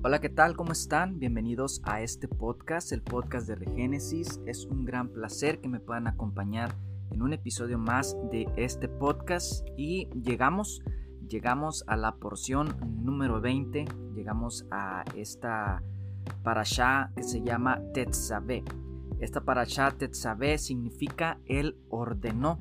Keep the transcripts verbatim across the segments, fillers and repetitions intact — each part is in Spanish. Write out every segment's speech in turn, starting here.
Hola, ¿qué tal? ¿Cómo están? Bienvenidos a este podcast, el podcast de Regénesis. Es un gran placer que me puedan acompañar en un episodio más de este podcast y llegamos, llegamos a la porción número veinte, llegamos a esta parashá que se llama Tetzaveh. Esta parashá Tetzaveh significa Él ordenó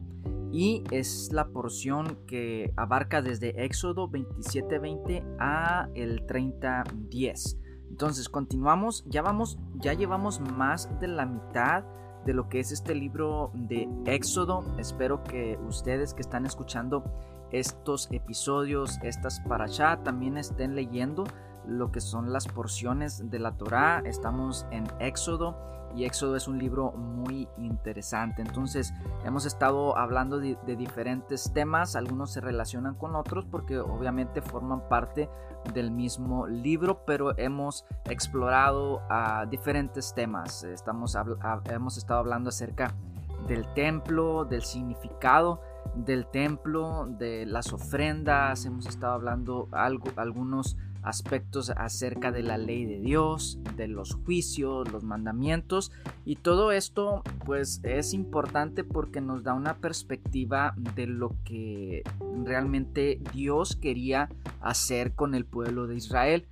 y es la porción que abarca desde Éxodo veintisiete veinte a el treinta diez. Entonces continuamos, ya vamos, ya llevamos más de la mitad de lo que es este libro de Éxodo. Espero que ustedes que están escuchando estos episodios, estas parashá, también estén leyendo lo que son las porciones de la Torá. Estamos en Éxodo y Éxodo es un libro muy interesante. Entonces hemos estado hablando de, de diferentes temas, algunos se relacionan con otros porque obviamente forman parte del mismo libro, pero hemos explorado uh, diferentes temas. Estamos, uh, hemos estado hablando acerca del templo, del significado del templo, de las ofrendas, hemos estado hablando algo, algunos aspectos acerca de la ley de Dios, de los juicios, los mandamientos, y todo esto pues es importante porque nos da una perspectiva de lo que realmente Dios quería hacer con el pueblo de Israel.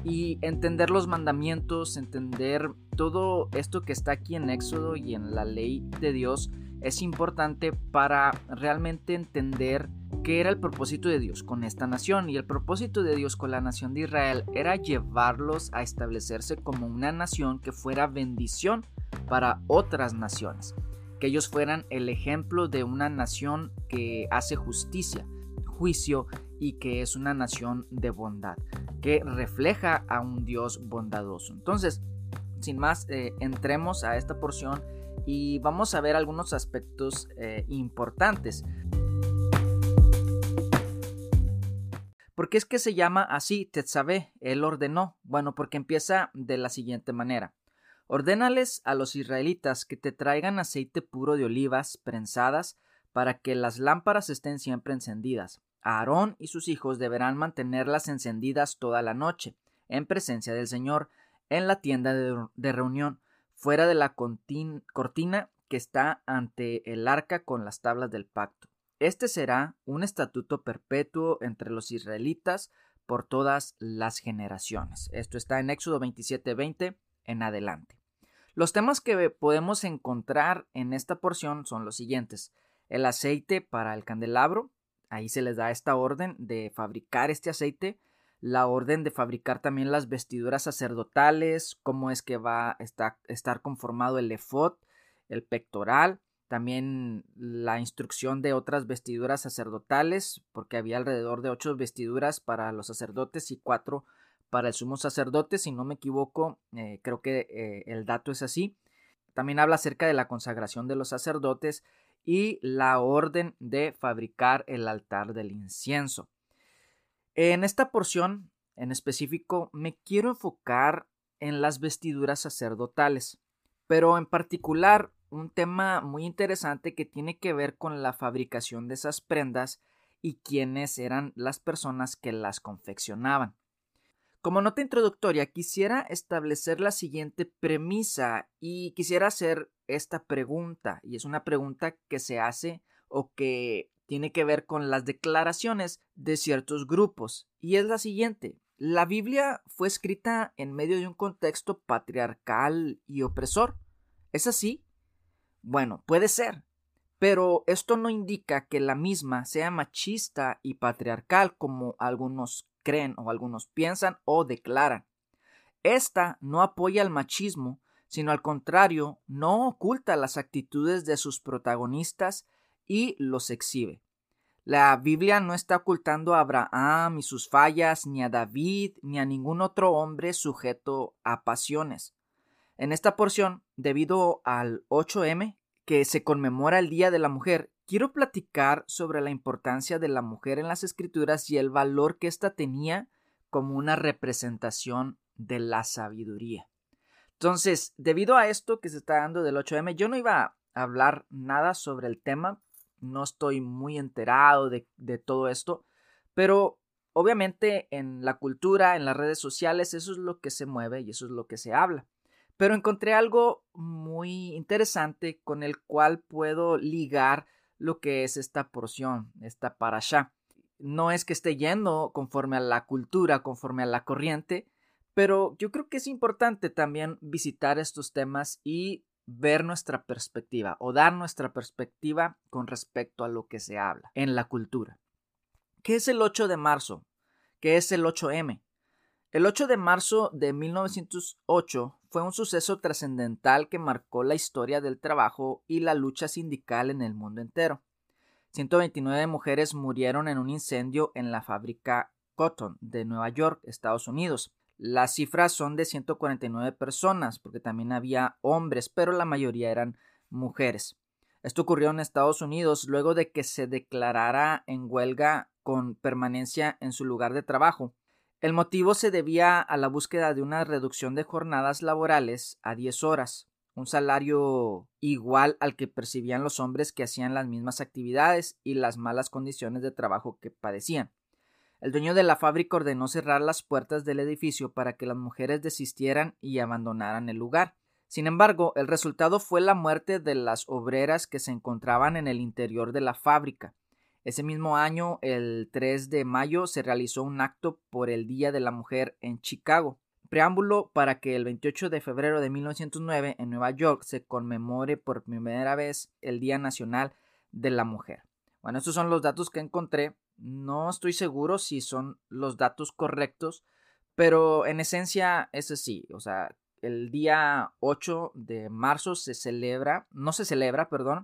Y entender los mandamientos, entender todo esto que está aquí en Éxodo y en la ley de Dios es importante para realmente entender qué era el propósito de Dios con esta nación. Y el propósito de Dios con la nación de Israel era llevarlos a establecerse como una nación que fuera bendición para otras naciones, que ellos fueran el ejemplo de una nación que hace justicia, juicio y que es una nación de bondad, que refleja a un Dios bondadoso. Entonces, sin más, eh, entremos a esta porción y vamos a ver algunos aspectos eh, importantes. ¿Por qué es que se llama así, Tetzaveh? Él ordenó. Bueno, porque empieza de la siguiente manera. Ordénales a los israelitas que te traigan aceite puro de olivas prensadas para que las lámparas estén siempre encendidas. Aarón y sus hijos deberán mantenerlas encendidas toda la noche, en presencia del Señor, en la tienda de, de reunión, fuera de la contin, cortina que está ante el arca con las tablas del pacto. Este será un estatuto perpetuo entre los israelitas por todas las generaciones. Esto está en Éxodo veintisiete veinte en adelante. Los temas que podemos encontrar en esta porción son los siguientes. El aceite para el candelabro, ahí se les da esta orden de fabricar este aceite. La orden de fabricar también las vestiduras sacerdotales, cómo es que va a estar, estar conformado el efod, el pectoral, también la instrucción de otras vestiduras sacerdotales, porque había alrededor de ocho vestiduras para los sacerdotes y cuatro para el sumo sacerdote, si no me equivoco, eh, creo que eh, el dato es así. También habla acerca de la consagración de los sacerdotes y la orden de fabricar el altar del incienso. En esta porción en específico me quiero enfocar en las vestiduras sacerdotales, pero en particular un tema muy interesante que tiene que ver con la fabricación de esas prendas y quiénes eran las personas que las confeccionaban. Como nota introductoria, quisiera establecer la siguiente premisa y quisiera hacer esta pregunta, y es una pregunta que se hace o que tiene que ver con las declaraciones de ciertos grupos, y es la siguiente. ¿La Biblia fue escrita en medio de un contexto patriarcal y opresor? ¿Es así? Bueno, puede ser, pero esto no indica que la misma sea machista y patriarcal como algunos creen o algunos piensan o declaran. Esta no apoya el machismo, sino al contrario, no oculta las actitudes de sus protagonistas y los exhibe. La Biblia no está ocultando a Abraham y sus fallas, ni a David, ni a ningún otro hombre sujeto a pasiones. En esta porción, debido al ocho eme, que se conmemora el Día de la Mujer, quiero platicar sobre la importancia de la mujer en las Escrituras y el valor que ésta tenía como una representación de la sabiduría. Entonces, debido a esto que se está dando del ocho eme, yo no iba a hablar nada sobre el tema, no estoy muy enterado de, de todo esto, pero obviamente en la cultura, en las redes sociales, eso es lo que se mueve y eso es lo que se habla. Pero encontré algo muy interesante con el cual puedo ligar lo que es esta porción, esta parashá. No es que esté yendo conforme a la cultura, conforme a la corriente, pero yo creo que es importante también visitar estos temas y ver nuestra perspectiva o dar nuestra perspectiva con respecto a lo que se habla en la cultura. ¿Qué es el ocho de marzo? ¿Qué es el ocho eme? El ocho de marzo de mil novecientos ocho fue un suceso trascendental que marcó la historia del trabajo y la lucha sindical en el mundo entero. ciento veintinueve mujeres murieron en un incendio en la fábrica Cotton de Nueva York, Estados Unidos. Las cifras son de ciento cuarenta y nueve personas, porque también había hombres, pero la mayoría eran mujeres. Esto ocurrió en Estados Unidos luego de que se declarara en huelga con permanencia en su lugar de trabajo. El motivo se debía a la búsqueda de una reducción de jornadas laborales a diez horas, un salario igual al que percibían los hombres que hacían las mismas actividades y las malas condiciones de trabajo que padecían. El dueño de la fábrica ordenó cerrar las puertas del edificio para que las mujeres desistieran y abandonaran el lugar. Sin embargo, el resultado fue la muerte de las obreras que se encontraban en el interior de la fábrica. Ese mismo año, el tres de mayo, se realizó un acto por el Día de la Mujer en Chicago, preámbulo para que el veintiocho de febrero de mil novecientos nueve en Nueva York se conmemore por primera vez el Día Nacional de la Mujer. Bueno, estos son los datos que encontré. No estoy seguro si son los datos correctos, pero en esencia es así. O sea, el día ocho de marzo se celebra, no se celebra, perdón,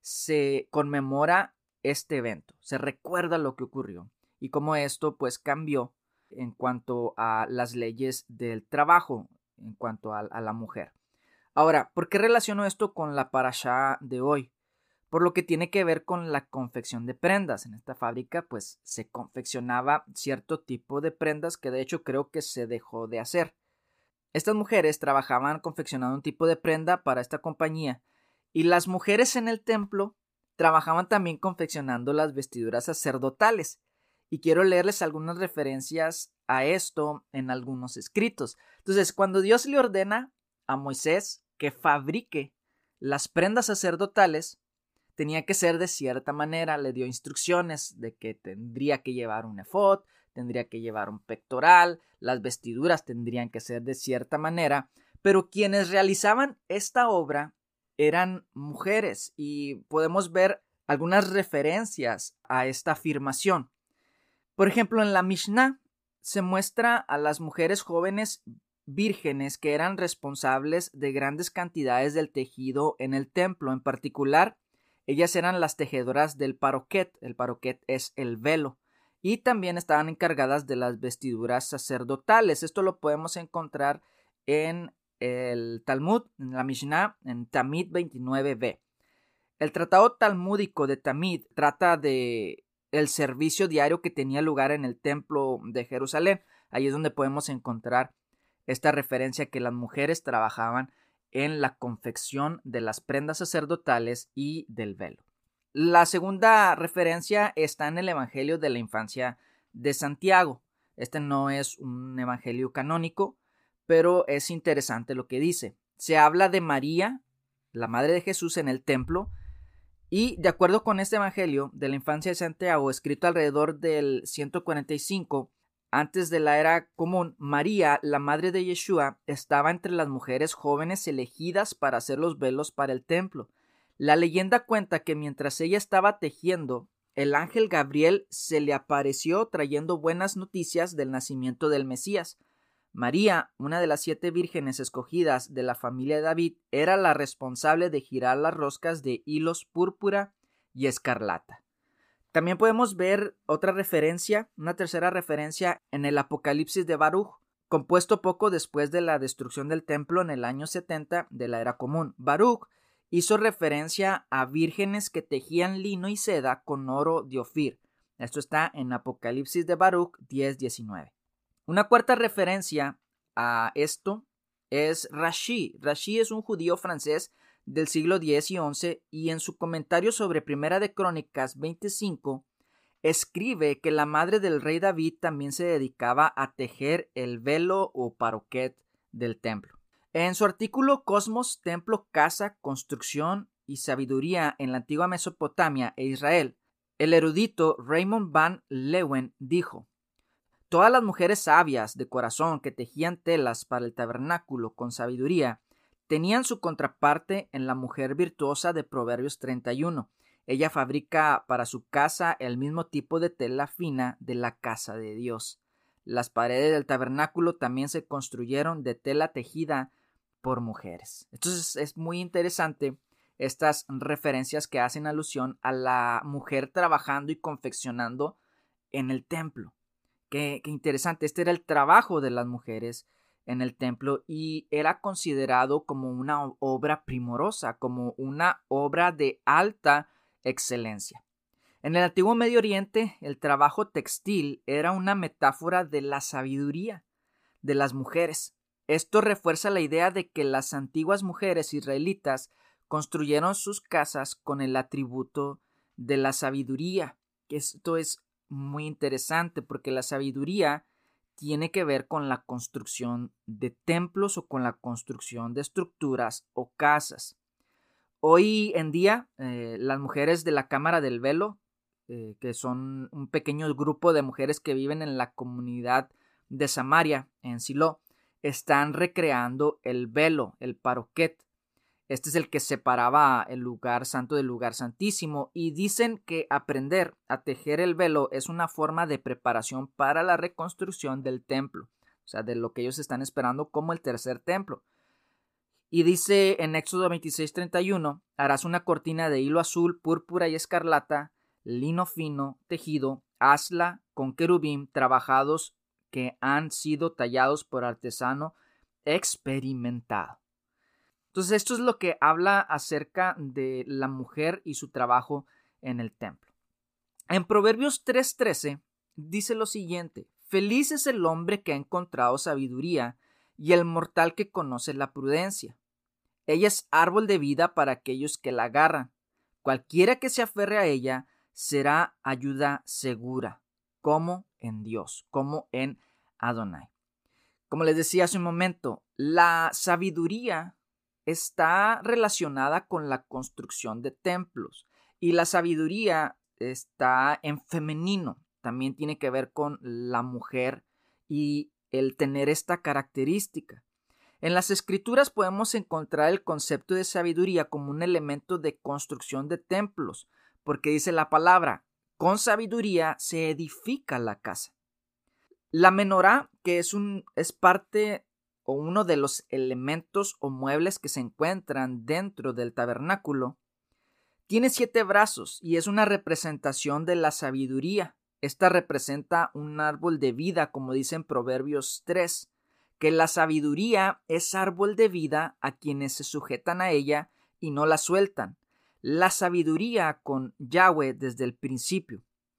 se conmemora este evento, se recuerda lo que ocurrió y cómo esto pues cambió en cuanto a las leyes del trabajo, en cuanto a, a la mujer. Ahora, ¿por qué relaciono esto con la parashá de hoy? Por lo que tiene que ver con la confección de prendas. En esta fábrica pues se confeccionaba cierto tipo de prendas que de hecho creo que se dejó de hacer. Estas mujeres trabajaban confeccionando un tipo de prenda para esta compañía y las mujeres en el templo trabajaban también confeccionando las vestiduras sacerdotales. Y quiero leerles algunas referencias a esto en algunos escritos. Entonces, cuando Dios le ordena a Moisés que fabrique las prendas sacerdotales, tenía que ser de cierta manera. Le dio instrucciones de que tendría que llevar un efod, tendría que llevar un pectoral, las vestiduras tendrían que ser de cierta manera, pero quienes realizaban esta obra eran mujeres y podemos ver algunas referencias a esta afirmación. Por ejemplo, en la Mishnah se muestra a las mujeres jóvenes vírgenes que eran responsables de grandes cantidades del tejido en el templo. En particular, ellas eran las tejedoras del paroquet. El paroquet es el velo. Y también estaban encargadas de las vestiduras sacerdotales. Esto lo podemos encontrar en el Talmud, en la Mishnah, en Tamid veintinueve b. El tratado talmúdico de Tamid trata de el servicio diario que tenía lugar en el templo de Jerusalén. Ahí es donde podemos encontrar esta referencia que las mujeres trabajaban en la confección de las prendas sacerdotales y del velo. La segunda referencia está en el Evangelio de la Infancia de Santiago. Este no es un evangelio canónico, pero es interesante lo que dice. Se habla de María, la madre de Jesús, en el templo, y de acuerdo con este evangelio de la Infancia de Santiago, escrito alrededor del ciento cuarenta y cinco antes de la era común, María, la madre de Yeshua, estaba entre las mujeres jóvenes elegidas para hacer los velos para el templo. La leyenda cuenta que mientras ella estaba tejiendo, el ángel Gabriel se le apareció trayendo buenas noticias del nacimiento del Mesías. María, una de las siete vírgenes escogidas de la familia de David, era la responsable de girar las roscas de hilos púrpura y escarlata. También podemos ver otra referencia, una tercera referencia en el Apocalipsis de Baruch, compuesto poco después de la destrucción del templo en el año setenta de la era común. Baruch hizo referencia a vírgenes que tejían lino y seda con oro de Ofir. Esto está en Apocalipsis de Baruch diez diecinueve. Una cuarta referencia a esto es Rashi. Rashi es un judío francés del siglo diez y once y en su comentario sobre Primera de Crónicas veinticinco, escribe que la madre del rey David también se dedicaba a tejer el velo o paroquet del templo. En su artículo Cosmos, Templo, Casa, Construcción y Sabiduría en la antigua Mesopotamia e Israel, el erudito Raymond Van Leeuwen dijo: todas las mujeres sabias de corazón que tejían telas para el tabernáculo con sabiduría tenían su contraparte en la mujer virtuosa de Proverbios treinta y uno. Ella fabrica para su casa el mismo tipo de tela fina de la casa de Dios. Las paredes del tabernáculo también se construyeron de tela tejida por mujeres. Entonces es muy interesante estas referencias que hacen alusión a la mujer trabajando y confeccionando en el templo. Qué, qué interesante, este era el trabajo de las mujeres en el templo y era considerado como una obra primorosa, como una obra de alta excelencia. En el antiguo Medio Oriente, el trabajo textil era una metáfora de la sabiduría de las mujeres. Esto refuerza la idea de que las antiguas mujeres israelitas construyeron sus casas con el atributo de la sabiduría. Esto es muy interesante porque la sabiduría tiene que ver con la construcción de templos o con la construcción de estructuras o casas. Hoy en día, eh, las mujeres de la Cámara del Velo, eh, que son un pequeño grupo de mujeres que viven en la comunidad de Samaria, en Silo, están recreando el velo, el paroquet. Este es el que separaba el lugar santo del lugar santísimo, y dicen que aprender a tejer el velo es una forma de preparación para la reconstrucción del templo, o sea, de lo que ellos están esperando como el tercer templo. Y dice en Éxodo veintiséis treinta y uno, harás una cortina de hilo azul, púrpura y escarlata, lino fino, tejido, hazla con querubín trabajados que han sido tallados por artesano experimentado. Entonces esto es lo que habla acerca de la mujer y su trabajo en el templo. En Proverbios tres trece dice lo siguiente: feliz es el hombre que ha encontrado sabiduría y el mortal que conoce la prudencia. Ella es árbol de vida para aquellos que la agarran. Cualquiera que se aferre a ella será ayuda segura, como en Dios, como en Adonai. Como les decía hace un momento, la sabiduría está relacionada con la construcción de templos y la sabiduría está en femenino. También tiene que ver con la mujer y el tener esta característica. En las escrituras podemos encontrar el concepto de sabiduría como un elemento de construcción de templos, porque dice la palabra, con sabiduría se edifica la casa. La menorá, que es, un, es parte o uno de los elementos o muebles que se encuentran dentro del tabernáculo, tiene siete brazos y es una representación de la sabiduría. Esta representa un árbol de vida, como dice en Proverbios tres. Que la sabiduría es árbol de vida a quienes se sujetan a ella y no la sueltan. La sabiduría con Yahweh desde el principio.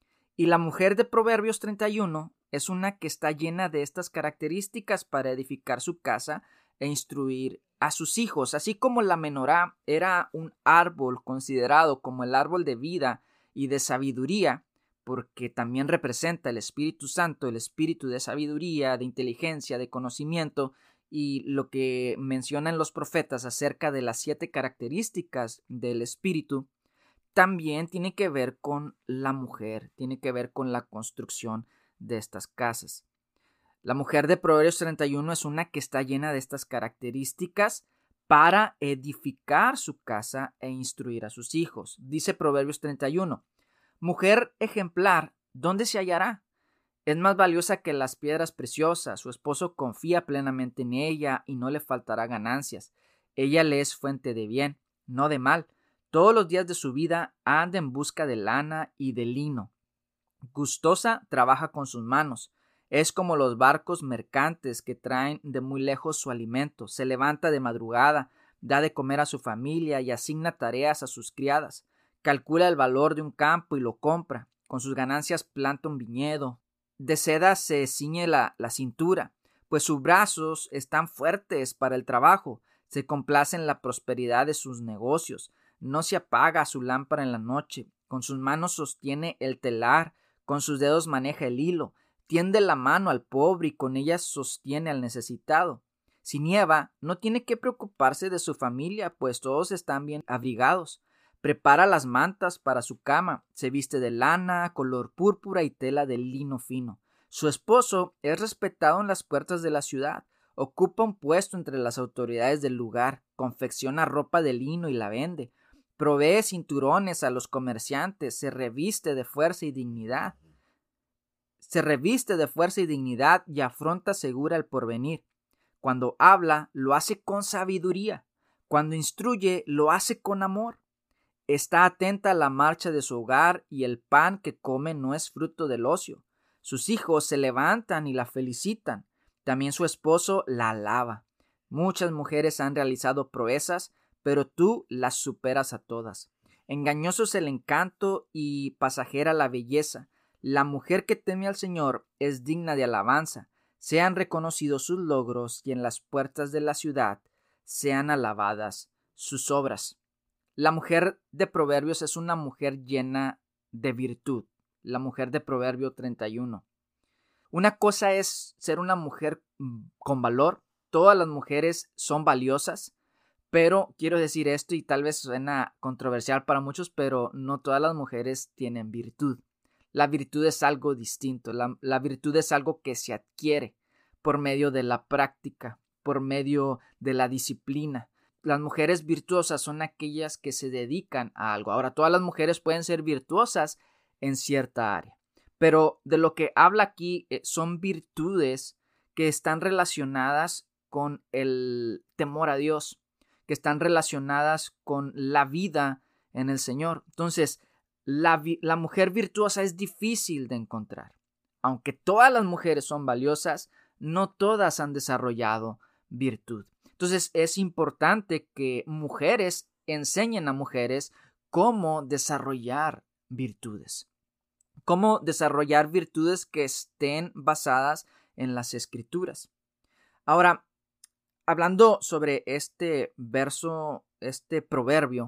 Y la mujer de Proverbios treinta y uno es una que está llena de estas características para edificar su casa e instruir a sus hijos. Así como la menorá era un árbol considerado como el árbol de vida y de sabiduría, porque también representa el Espíritu Santo, el espíritu de sabiduría, de inteligencia, de conocimiento, y lo que mencionan los profetas acerca de las siete características del Espíritu, también tiene que ver con la mujer, tiene que ver con la construcción de estas casas. La mujer de Proverbios treinta y uno es una que está llena de estas características para edificar su casa e instruir a sus hijos. Dice Proverbios treinta y uno, mujer ejemplar, ¿dónde se hallará? Es más valiosa que las piedras preciosas. Su esposo confía plenamente en ella y no le faltará ganancias. Ella le es fuente de bien, no de mal. Todos los días de su vida anda en busca de lana y de lino. Gustosa trabaja con sus manos. Es como los barcos mercantes que traen de muy lejos su alimento. Se levanta de madrugada, da de comer a su familia y asigna tareas a sus criadas. Calcula el valor de un campo y lo compra. Con sus ganancias planta un viñedo. De seda se ciñe la, la cintura, pues sus brazos están fuertes para el trabajo. Se complace en la prosperidad de sus negocios. No se apaga su lámpara en la noche. Con sus manos sostiene el telar. con sus dedos maneja el hilo, tiende la mano al pobre y con ella sostiene al necesitado. Si nieva, no tiene que preocuparse de su familia, pues todos están bien abrigados. Prepara las mantas para su cama, se viste de lana, color púrpura y tela de lino fino. Su esposo es respetado en las puertas de la ciudad, ocupa un puesto entre las autoridades del lugar, confecciona ropa de lino y la vende, provee cinturones a los comerciantes, se reviste de fuerza y dignidad. Se reviste de fuerza y dignidad y afronta segura el porvenir. Cuando habla, lo hace con sabiduría. Cuando instruye, lo hace con amor. Está atenta a la marcha de su hogar y el pan que come no es fruto del ocio. Sus hijos se levantan y la felicitan. También su esposo la alaba. Muchas mujeres han realizado proezas, pero tú las superas a todas. Engañoso es el encanto y pasajera la belleza. La mujer que teme al Señor es digna de alabanza. Sean reconocidos sus logros y en las puertas de la ciudad sean alabadas sus obras. La mujer de Proverbios es una mujer llena de virtud. La mujer de Proverbio treinta y uno. Una cosa es ser una mujer con valor. Todas las mujeres son valiosas, pero quiero decir esto y tal vez suena controversial para muchos, pero no todas las mujeres tienen virtud. La virtud es algo distinto. La, la virtud es algo que se adquiere por medio de la práctica, por medio de la disciplina. Las mujeres virtuosas son aquellas que se dedican a algo. Ahora, todas las mujeres pueden ser virtuosas en cierta área, pero de lo que habla aquí eh, son virtudes que están relacionadas con el temor a Dios, que están relacionadas con la vida en el Señor. Entonces, la, la mujer virtuosa es difícil de encontrar. Aunque todas las mujeres son valiosas, no todas han desarrollado virtud. Entonces es importante que mujeres enseñen a mujeres cómo desarrollar virtudes. Cómo desarrollar virtudes que estén basadas en las Escrituras. Ahora, hablando sobre este verso, este proverbio,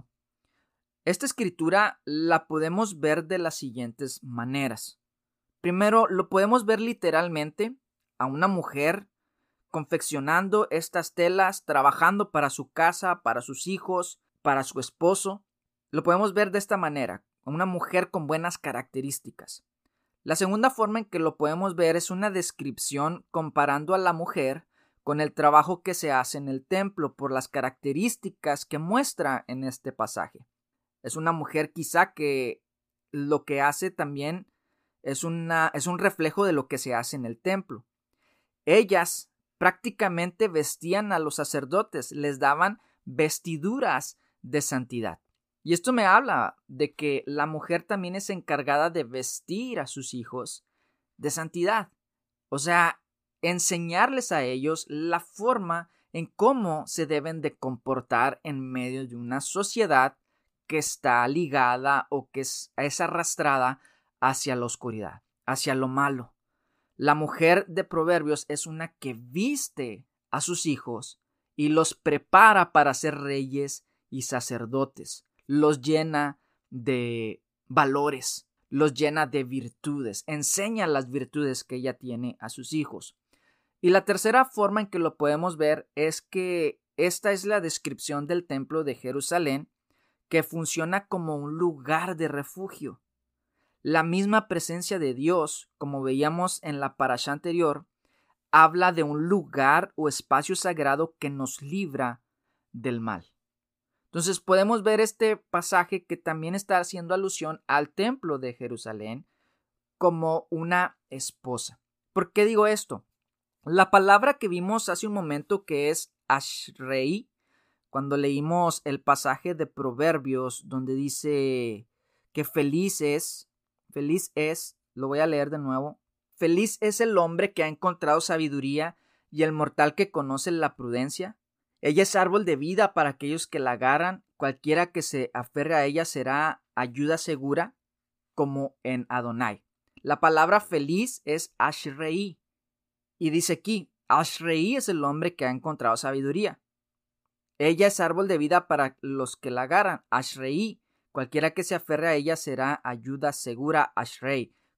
esta escritura la podemos ver de las siguientes maneras. Primero, lo podemos ver literalmente a una mujer confeccionando estas telas, trabajando para su casa, para sus hijos, para su esposo. Lo podemos ver de esta manera, una mujer con buenas características. La segunda forma en que lo podemos ver es una descripción comparando a la mujer con el trabajo que se hace en el templo por las características que muestra en este pasaje. Es una mujer quizá que lo que hace también es, una, es un reflejo de lo que se hace en el templo. Ellas prácticamente vestían a los sacerdotes, les daban vestiduras de santidad. Y esto me habla de que la mujer también es encargada de vestir a sus hijos de santidad. O sea, enseñarles a ellos la forma en cómo se deben de comportar en medio de una sociedad que está ligada o que es, es arrastrada hacia la oscuridad, hacia lo malo. La mujer de Proverbios es una que viste a sus hijos y los prepara para ser reyes y sacerdotes. Los llena de valores, los llena de virtudes, enseña las virtudes que ella tiene a sus hijos. Y la tercera forma en que lo podemos ver es que esta es la descripción del templo de Jerusalén, que funciona como un lugar de refugio. La misma presencia de Dios, como veíamos en la parashá anterior, habla de un lugar o espacio sagrado que nos libra del mal. Entonces podemos ver este pasaje que también está haciendo alusión al templo de Jerusalén como una esposa. ¿Por qué digo esto? La palabra que vimos hace un momento, que es Ashrei, cuando leímos el pasaje de Proverbios donde dice que feliz es, feliz es, lo voy a leer de nuevo, feliz es el hombre que ha encontrado sabiduría y el mortal que conoce la prudencia. Ella es árbol de vida para aquellos que la agarran, cualquiera que se aferre a ella será ayuda segura, como en Adonai. La palabra feliz es Ashrei, y dice aquí, Ashrei es el hombre que ha encontrado sabiduría. Ella es árbol de vida para los que la agarran, Ashrei. Cualquiera que se aferre a ella será ayuda segura, Ashrei,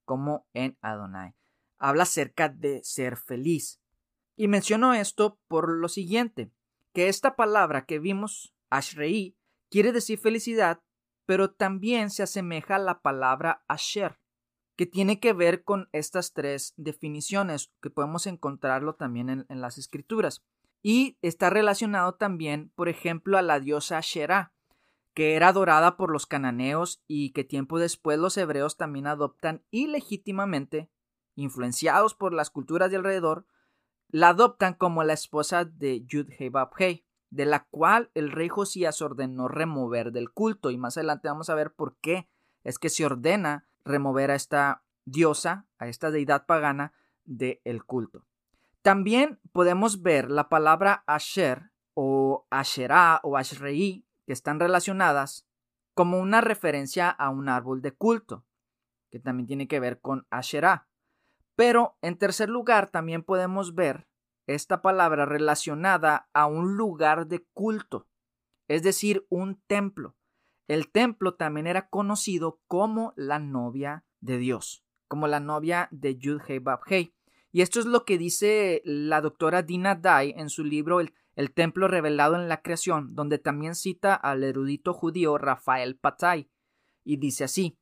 como en Adonai. Habla acerca de ser feliz. Y menciono esto por lo siguiente, que esta palabra que vimos, Ashrei, quiere decir felicidad, pero también se asemeja a la palabra Asher, que tiene que ver con estas tres definiciones, que podemos encontrarlo también en, en las escrituras. Y está relacionado también, por ejemplo, a la diosa Asherah, que era adorada por los cananeos y que tiempo después los hebreos también adoptan ilegítimamente, influenciados por las culturas de alrededor, la adoptan como la esposa de Yud-Heh-Vah-Heh, de la cual el rey Josías ordenó remover del culto. Y más adelante vamos a ver por qué es que se ordena remover a esta diosa, a esta deidad pagana del culto. También podemos ver la palabra Asher o Asherah o Ashrei, que están relacionadas, como una referencia a un árbol de culto, que también tiene que ver con Asherah. Pero en tercer lugar también podemos ver esta palabra relacionada a un lugar de culto, es decir, un templo. El templo también era conocido como la novia de Dios, como la novia de Yud-Heh-Vah-Heh. Y esto es lo que dice la doctora Dina Dye en su libro El, el templo revelado en la creación, donde también cita al erudito judío Rafael Patai. Y dice así: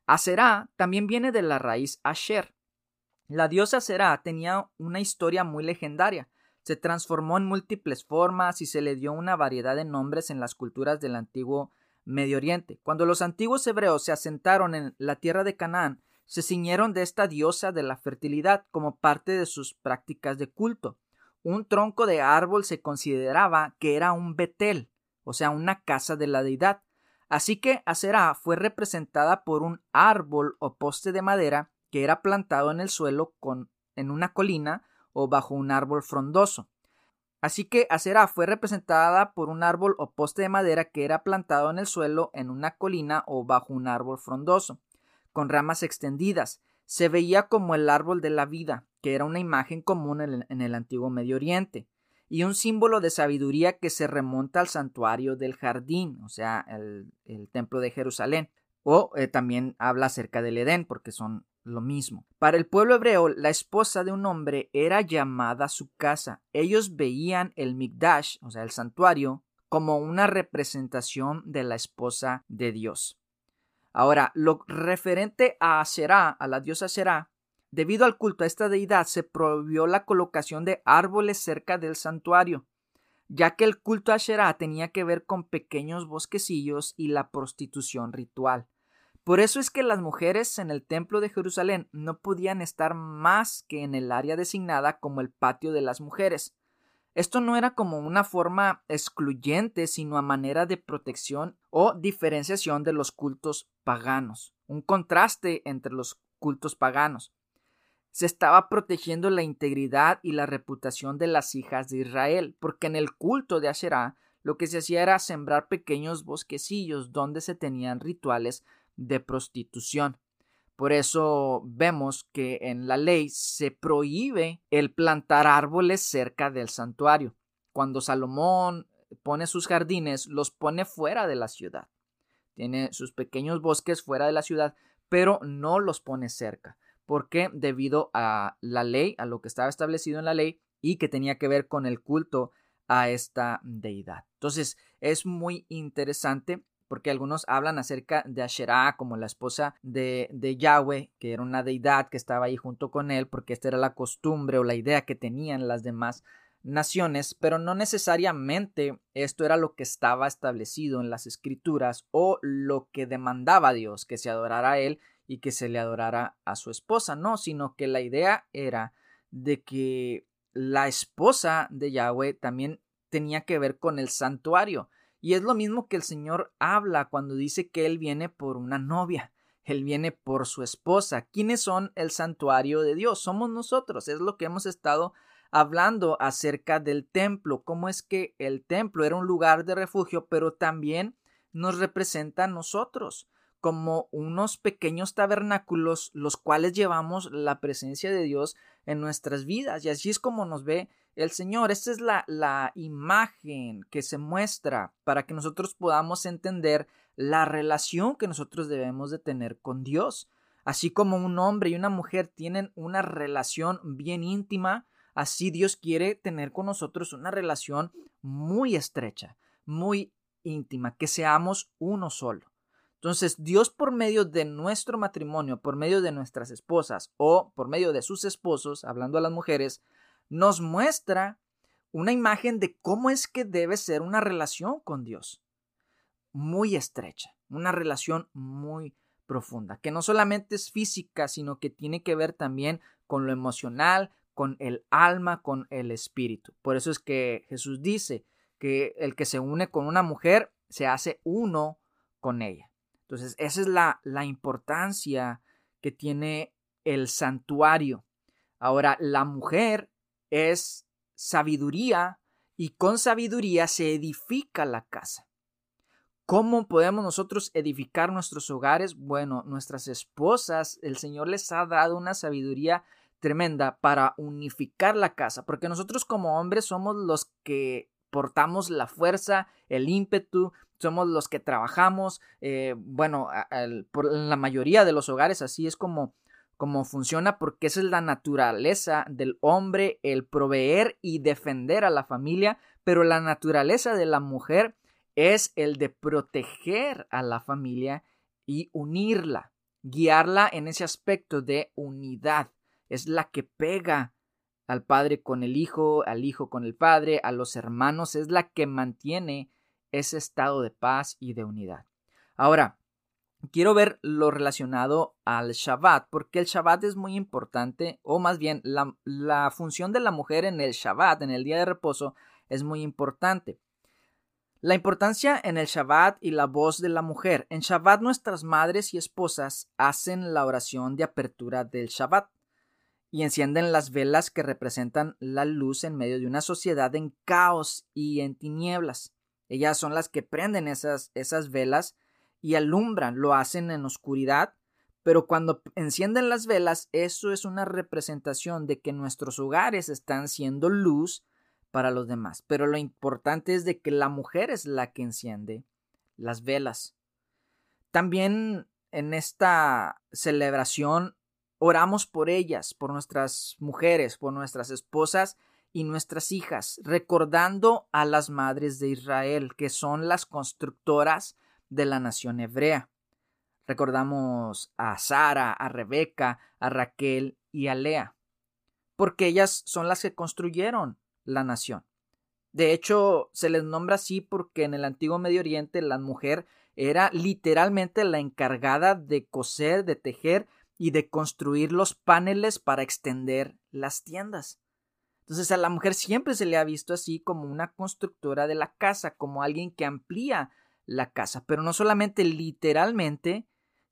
Aserá también viene de la raíz Asher. La diosa Aserá tenía una historia muy legendaria. Se transformó en múltiples formas y se le dio una variedad de nombres en las culturas del antiguo Medio Oriente. Cuando los antiguos hebreos se asentaron en la tierra de Canaán, se ciñeron de esta diosa de la fertilidad como parte de sus prácticas de culto. Un tronco de árbol se consideraba que era un Betel, o sea, una casa de la deidad. Así que Aserá fue representada por un árbol o poste de madera que era plantado en el suelo con, en una colina o bajo un árbol frondoso. Así que Aserá fue representada por un árbol o poste de madera que era plantado en el suelo en una colina o bajo un árbol frondoso, con ramas extendidas. Se veía como el árbol de la vida, que era una imagen común en el, en el antiguo Medio Oriente, y un símbolo de sabiduría que se remonta al santuario del jardín, o sea, el, el templo de Jerusalén. O eh, también habla acerca del Edén, porque son lo mismo. Para el pueblo hebreo, la esposa de un hombre era llamada a su casa. Ellos veían el Mikdash, o sea, el santuario, como una representación de la esposa de Dios. Ahora, lo referente a Aserá, a la diosa Aserá, debido al culto a esta deidad, se prohibió la colocación de árboles cerca del santuario, ya que el culto a Aserá tenía que ver con pequeños bosquecillos y la prostitución ritual. Por eso es que las mujeres en el templo de Jerusalén no podían estar más que en el área designada como el patio de las mujeres. Esto no era como una forma excluyente, sino a manera de protección o diferenciación de los cultos paganos, un contraste entre los cultos paganos. Se estaba protegiendo la integridad y la reputación de las hijas de Israel, porque en el culto de Asherá lo que se hacía era sembrar pequeños bosquecillos donde se tenían rituales de prostitución. Por eso vemos que en la ley se prohíbe el plantar árboles cerca del santuario. Cuando Salomón pone sus jardines, los pone fuera de la ciudad. Tiene sus pequeños bosques fuera de la ciudad, pero no los pone cerca. Porque debido a la ley, a lo que estaba establecido en la ley y que tenía que ver con el culto a esta deidad. Entonces es muy interesante porque algunos hablan acerca de Asherá como la esposa de, de Yahweh, que era una deidad que estaba ahí junto con él, porque esta era la costumbre o la idea que tenían las demás naciones, pero no necesariamente esto era lo que estaba establecido en las escrituras o lo que demandaba Dios, que se adorara a él y que se le adorara a su esposa, no, sino que la idea era de que la esposa de Yahweh también tenía que ver con el santuario. Y es lo mismo que el Señor habla cuando dice que Él viene por una novia. Él viene por su esposa. ¿Quiénes son el santuario de Dios? Somos nosotros. Es lo que hemos estado hablando acerca del templo. Cómo es que el templo era un lugar de refugio, pero también nos representa a nosotros como unos pequeños tabernáculos, los cuales llevamos la presencia de Dios en nuestras vidas. Y así es como nos ve el Señor. Esta es la, la imagen que se muestra para que nosotros podamos entender la relación que nosotros debemos de tener con Dios. Así como un hombre y una mujer tienen una relación bien íntima, así Dios quiere tener con nosotros una relación muy estrecha, muy íntima, que seamos uno solo. Entonces, Dios por medio de nuestro matrimonio, por medio de nuestras esposas o por medio de sus esposos, hablando a las mujeres, nos muestra una imagen de cómo es que debe ser una relación con Dios. Muy estrecha, una relación muy profunda, que no solamente es física, sino que tiene que ver también con lo emocional, con el alma, con el espíritu. Por eso es que Jesús dice que el que se une con una mujer se hace uno con ella. Entonces, esa es la, la importancia que tiene el santuario. Ahora, la mujer es sabiduría y con sabiduría se edifica la casa. ¿Cómo podemos nosotros edificar nuestros hogares? Bueno, nuestras esposas, el Señor les ha dado una sabiduría tremenda para unificar la casa, porque nosotros como hombres somos los que portamos la fuerza, el ímpetu, somos los que trabajamos. Eh, bueno, el, por la mayoría de los hogares así es como, como funciona, porque esa es la naturaleza del hombre, el proveer y defender a la familia, pero la naturaleza de la mujer es el de proteger a la familia y unirla, guiarla en ese aspecto de unidad. Es la que pega al padre con el hijo, al hijo con el padre, a los hermanos, es la que mantiene ese estado de paz y de unidad. Ahora, quiero ver lo relacionado al Shabbat, porque el Shabbat es muy importante, o más bien la, la función de la mujer en el Shabbat, en el día de reposo, es muy importante. La importancia en el Shabbat y la voz de la mujer. En Shabbat nuestras madres y esposas hacen la oración de apertura del Shabbat y encienden las velas que representan la luz en medio de una sociedad en caos y en tinieblas. Ellas son las que prenden esas, esas velas y alumbran, lo hacen en oscuridad, pero cuando encienden las velas, eso es una representación de que nuestros hogares están siendo luz para los demás. Pero lo importante es de que la mujer es la que enciende las velas. También en esta celebración oramos por ellas, por nuestras mujeres, por nuestras esposas y nuestras hijas, recordando a las madres de Israel, que son las constructoras de la nación hebrea. Recordamos a Sara, a Rebeca, a Raquel y a Lea, porque ellas son las que construyeron la nación. De hecho, se les nombra así porque en el antiguo Medio Oriente la mujer era literalmente la encargada de coser, de tejer y de construir los paneles para extender las tiendas. Entonces a la mujer siempre se le ha visto así como una constructora de la casa, como alguien que amplía la casa, pero no solamente literalmente,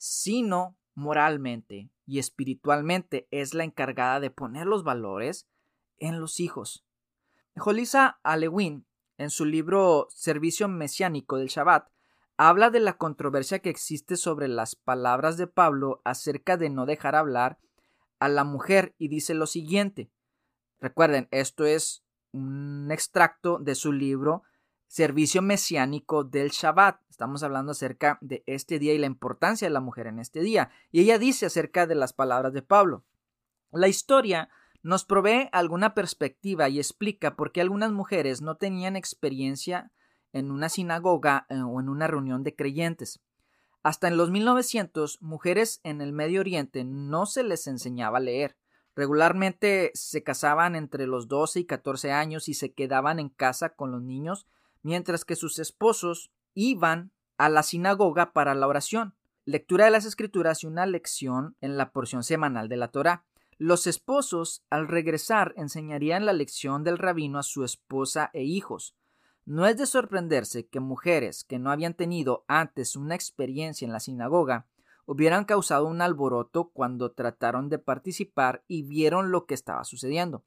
sino moralmente y espiritualmente. Es la encargada de poner los valores en los hijos. Jolisa Alewin, en su libro Servicio Mesiánico del Shabbat, habla de la controversia que existe sobre las palabras de Pablo acerca de no dejar hablar a la mujer y dice lo siguiente. Recuerden, esto es un extracto de su libro Servicio Mesiánico del Shabbat. Estamos hablando acerca de este día y la importancia de la mujer en este día. Y ella dice acerca de las palabras de Pablo. La historia nos provee alguna perspectiva y explica por qué algunas mujeres no tenían experiencia en una sinagoga eh, o en una reunión de creyentes. Hasta en los mil novecientos, mujeres en el Medio Oriente no se les enseñaba a leer. Regularmente se casaban entre los doce y catorce años y se quedaban en casa con los niños, mientras que sus esposos iban a la sinagoga para la oración, lectura de las Escrituras y una lección en la porción semanal de la Torá. Los esposos, al regresar, enseñarían la lección del rabino a su esposa e hijos. No es de sorprenderse que mujeres que no habían tenido antes una experiencia en la sinagoga hubieran causado un alboroto cuando trataron de participar y vieron lo que estaba sucediendo.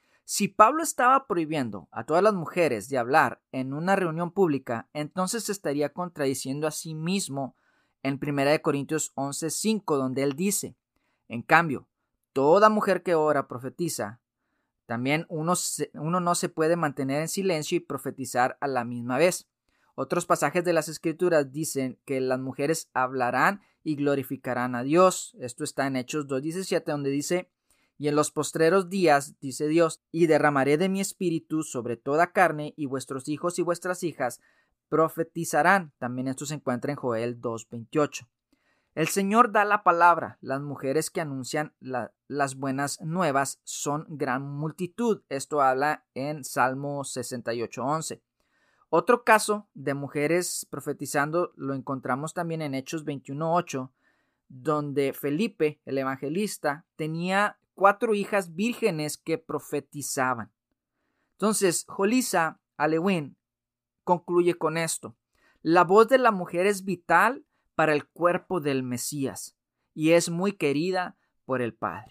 Si Pablo estaba prohibiendo a todas las mujeres de hablar en una reunión pública, entonces se estaría contradiciendo a sí mismo en primera de Corintios once cinco, donde él dice, en cambio, toda mujer que ora profetiza. También uno, se, uno no se puede mantener en silencio y profetizar a la misma vez. Otros pasajes de las Escrituras dicen que las mujeres hablarán y glorificarán a Dios. Esto está en Hechos dos diecisiete, donde dice: y en los postreros días, dice Dios, y derramaré de mi espíritu sobre toda carne, y vuestros hijos y vuestras hijas profetizarán. También esto se encuentra en Joel dos veintiocho. El Señor da la palabra. Las mujeres que anuncian la, las buenas nuevas son gran multitud. Esto habla en Salmo sesenta y ocho once. Otro caso de mujeres profetizando lo encontramos también en Hechos veintiuno ocho, donde Felipe, el evangelista, tenía cuatro hijas vírgenes que profetizaban. Entonces, Jolisa Alewin concluye con esto: la voz de la mujer es vital para el cuerpo del Mesías y es muy querida por el Padre.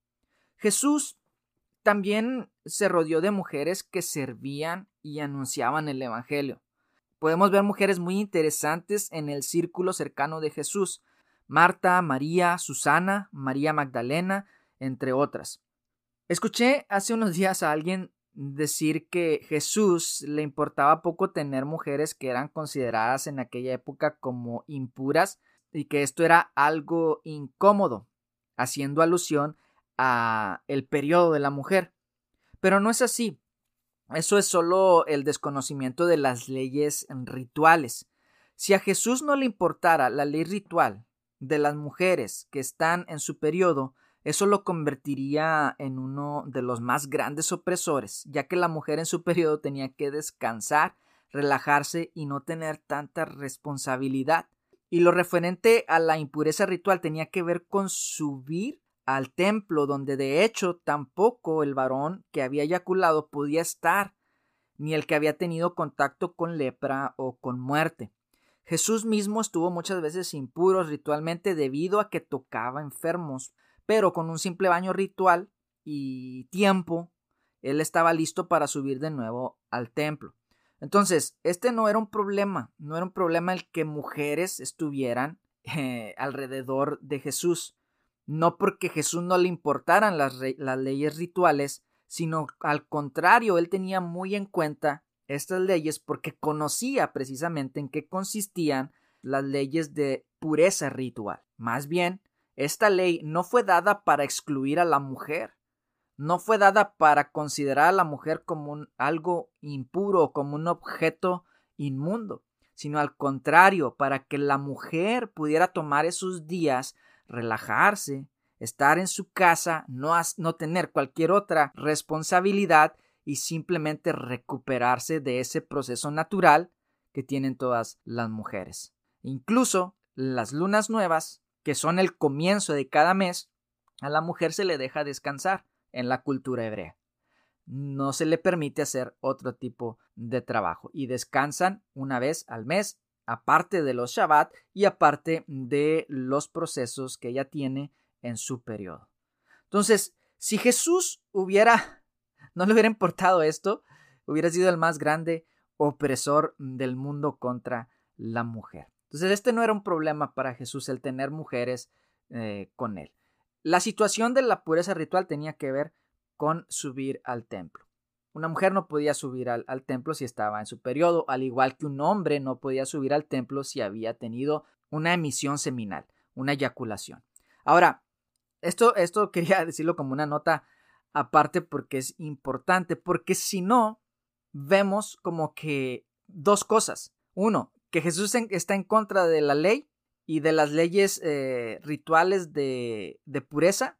Jesús también se rodeó de mujeres que servían y anunciaban el evangelio. Podemos ver mujeres muy interesantes en el círculo cercano de Jesús: Marta, María, Susana, María Magdalena, entre otras. Escuché hace unos días a alguien decir que Jesús le importaba poco tener mujeres que eran consideradas en aquella época como impuras y que esto era algo incómodo, haciendo alusión a el periodo de la mujer. Pero no es así. Eso es solo el desconocimiento de las leyes rituales. Si a Jesús no le importara la ley ritual de las mujeres que están en su periodo, eso lo convertiría en uno de los más grandes opresores, ya que la mujer en su periodo tenía que descansar, relajarse y no tener tanta responsabilidad. Y lo referente a la impureza ritual tenía que ver con subir al templo, donde de hecho tampoco el varón que había eyaculado podía estar, ni el que había tenido contacto con lepra o con muerte. Jesús mismo estuvo muchas veces impuro ritualmente debido a que tocaba enfermos, pero con un simple baño ritual y tiempo, él estaba listo para subir de nuevo al templo. Entonces, este no era un problema, no era un problema el que mujeres estuvieran eh, alrededor de Jesús. No porque Jesús no le importaran las, re- las leyes rituales, sino al contrario, él tenía muy en cuenta estas leyes porque conocía precisamente en qué consistían las leyes de pureza ritual. Más bien, esta ley no fue dada para excluir a la mujer, no fue dada para considerar a la mujer como un, algo impuro, como un objeto inmundo, sino al contrario, para que la mujer pudiera tomar esos días, relajarse, estar en su casa, no, has, no tener cualquier otra responsabilidad y simplemente recuperarse de ese proceso natural que tienen todas las mujeres. Incluso las lunas nuevas, que son el comienzo de cada mes, a la mujer se le deja descansar en la cultura hebrea. No se le permite hacer otro tipo de trabajo y descansan una vez al mes, aparte de los Shabbat y aparte de los procesos que ella tiene en su periodo. Entonces, si Jesús hubiera, no le hubiera importado esto, hubiera sido el más grande opresor del mundo contra la mujer. Entonces, este no era un problema para Jesús el tener mujeres eh, con él. La situación de la pureza ritual tenía que ver con subir al templo. Una mujer no podía subir al, al templo si estaba en su periodo, al igual que un hombre no podía subir al templo si había tenido una emisión seminal, una eyaculación. Ahora, esto, esto quería decirlo como una nota aparte porque es importante, porque si no, vemos como que dos cosas. Uno, que Jesús en, está en contra de la ley y de las leyes eh, rituales de, de pureza,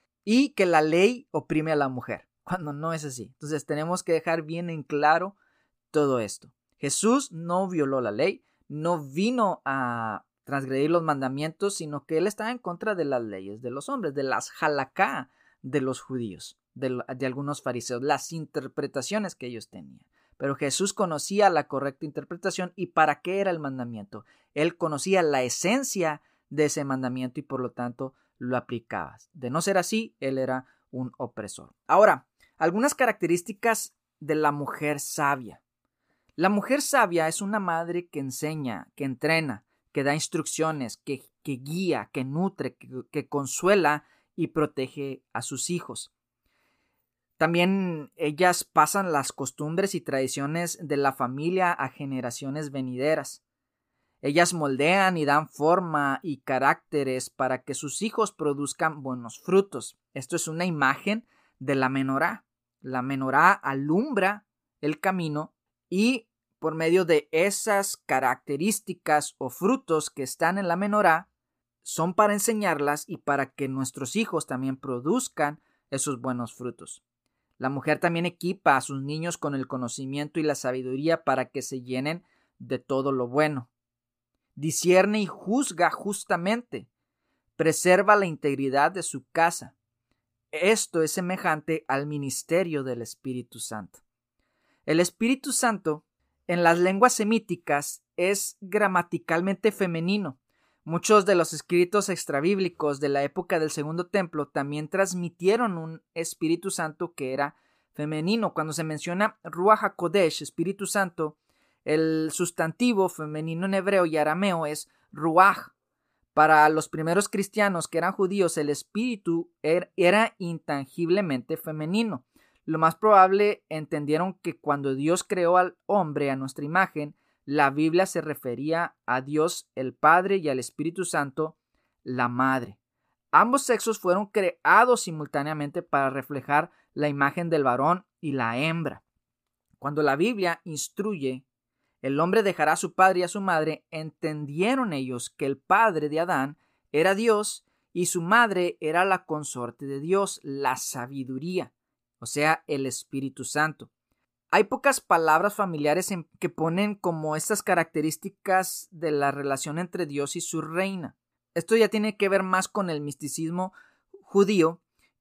y que la ley oprime a la mujer, cuando no es así. Entonces tenemos que dejar bien en claro todo esto. Jesús no violó la ley, no vino a transgredir los mandamientos, sino que él estaba en contra de las leyes de los hombres, de las halakha de los judíos, de, de algunos fariseos, las interpretaciones que ellos tenían. Pero Jesús conocía la correcta interpretación y para qué era el mandamiento. Él conocía la esencia de ese mandamiento y por lo tanto lo aplicabas. De no ser así, él era un opresor. Ahora, algunas características de la mujer sabia. La mujer sabia es una madre que enseña, que entrena, que da instrucciones, que, que guía, que nutre, que, que consuela y protege a sus hijos. También ellas pasan las costumbres y tradiciones de la familia a generaciones venideras. Ellas moldean y dan forma y caracteres para que sus hijos produzcan buenos frutos. Esto es una imagen de la menorá. La menorá alumbra el camino y por medio de esas características o frutos que están en la menorá, son para enseñarlas y para que nuestros hijos también produzcan esos buenos frutos. La mujer también equipa a sus niños con el conocimiento y la sabiduría para que se llenen de todo lo bueno. Discierne y juzga justamente. Preserva la integridad de su casa. Esto es semejante al ministerio del Espíritu Santo. El Espíritu Santo en las lenguas semíticas es gramaticalmente femenino. Muchos de los escritos extrabíblicos de la época del Segundo Templo también transmitieron un Espíritu Santo que era femenino. Cuando se menciona Ruach HaKodesh, Espíritu Santo, el sustantivo femenino en hebreo y arameo es Ruach. Para los primeros cristianos que eran judíos, el Espíritu era intangiblemente femenino. Lo más probable entendieron que cuando Dios creó al hombre a nuestra imagen, la Biblia se refería a Dios el Padre y al Espíritu Santo, la Madre. Ambos sexos fueron creados simultáneamente para reflejar la imagen del varón y la hembra. Cuando la Biblia instruye, el hombre dejará a su padre y a su madre, entendieron ellos que el padre de Adán era Dios y su madre era la consorte de Dios, la sabiduría, o sea, el Espíritu Santo. Hay pocas palabras familiares en que ponen como estas características de la relación entre Dios y su reina. Esto ya tiene que ver más con el misticismo judío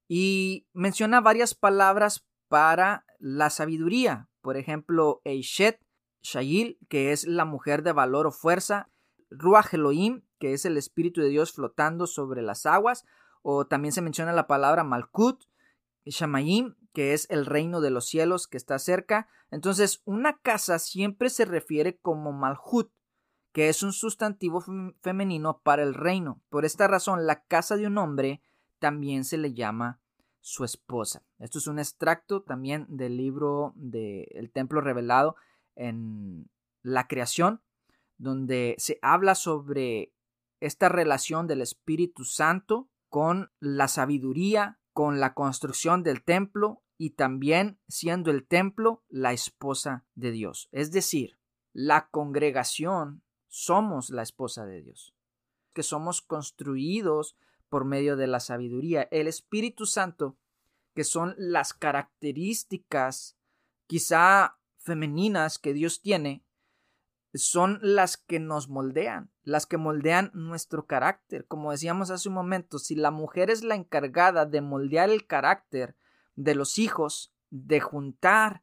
y menciona varias palabras para la sabiduría. Por ejemplo, Eishet, Shayil, que es la mujer de valor o fuerza, Ruach Elohim, que es el Espíritu de Dios flotando sobre las aguas, o también se menciona la palabra Malkut, Shamayim, que es el reino de los cielos que está cerca. Entonces, una casa siempre se refiere como Malhut, que es un sustantivo femenino para el reino. Por esta razón, la casa de un hombre también se le llama su esposa. Esto es un extracto también del libro del Templo Revelado en la creación, donde se habla sobre esta relación del Espíritu Santo con la sabiduría, con la construcción del templo y también siendo el templo la esposa de Dios. Es decir, la congregación somos la esposa de Dios, que somos construidos por medio de la sabiduría. El Espíritu Santo, que son las características quizá femeninas que Dios tiene, son las que nos moldean, las que moldean nuestro carácter. Como decíamos hace un momento, si la mujer es la encargada de moldear el carácter de los hijos, de juntar,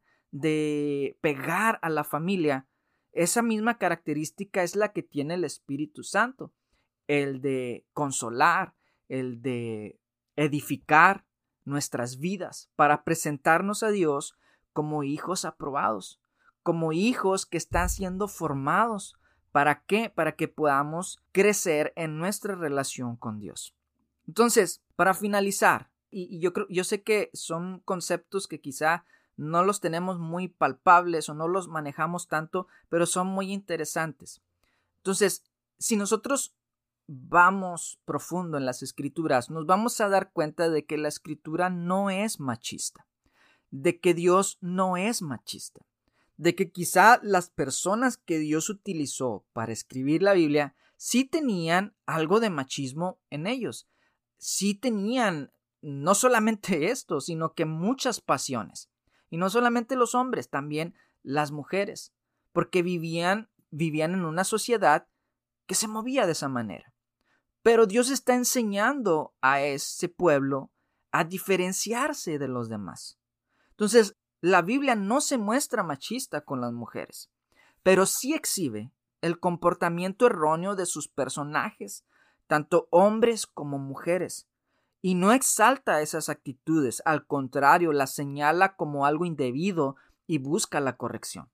de pegar a la familia, esa misma característica es la que tiene el Espíritu Santo, el de consolar, el de edificar nuestras vidas para presentarnos a Dios como hijos aprobados, como hijos que están siendo formados. ¿Para qué? Para que podamos crecer en nuestra relación con Dios. Entonces, para finalizar, y, y yo creo, yo sé que son conceptos que quizá no los tenemos muy palpables o no los manejamos tanto, pero son muy interesantes. Entonces, si nosotros vamos profundo en las escrituras, nos vamos a dar cuenta de que la escritura no es machista, de que Dios no es machista, de que quizá las personas que Dios utilizó para escribir la Biblia sí tenían algo de machismo en ellos, sí tenían no solamente esto, sino que muchas pasiones, y no solamente los hombres, también las mujeres, porque vivían, vivían en una sociedad que se movía de esa manera. Pero Dios está enseñando a ese pueblo a diferenciarse de los demás. Entonces, la Biblia no se muestra machista con las mujeres, pero sí exhibe el comportamiento erróneo de sus personajes, tanto hombres como mujeres, y no exalta esas actitudes, al contrario, las señala como algo indebido y busca la corrección.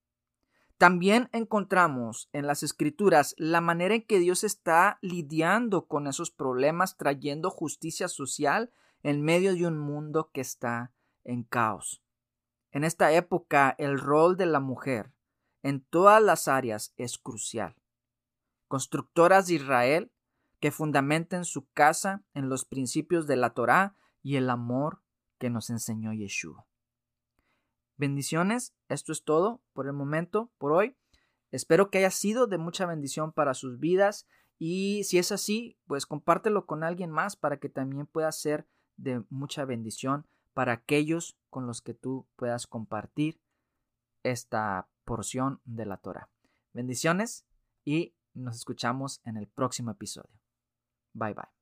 También encontramos en las Escrituras la manera en que Dios está lidiando con esos problemas, trayendo justicia social en medio de un mundo que está en caos. En esta época, el rol de la mujer en todas las áreas es crucial. Constructoras de Israel que fundamenten su casa en los principios de la Torá y el amor que nos enseñó Yeshua. Bendiciones, esto es todo por el momento, por hoy. Espero que haya sido de mucha bendición para sus vidas y si es así, pues compártelo con alguien más para que también pueda ser de mucha bendición para aquellos con los que tú puedas compartir esta porción de la Torá. Bendiciones y nos escuchamos en el próximo episodio. Bye bye.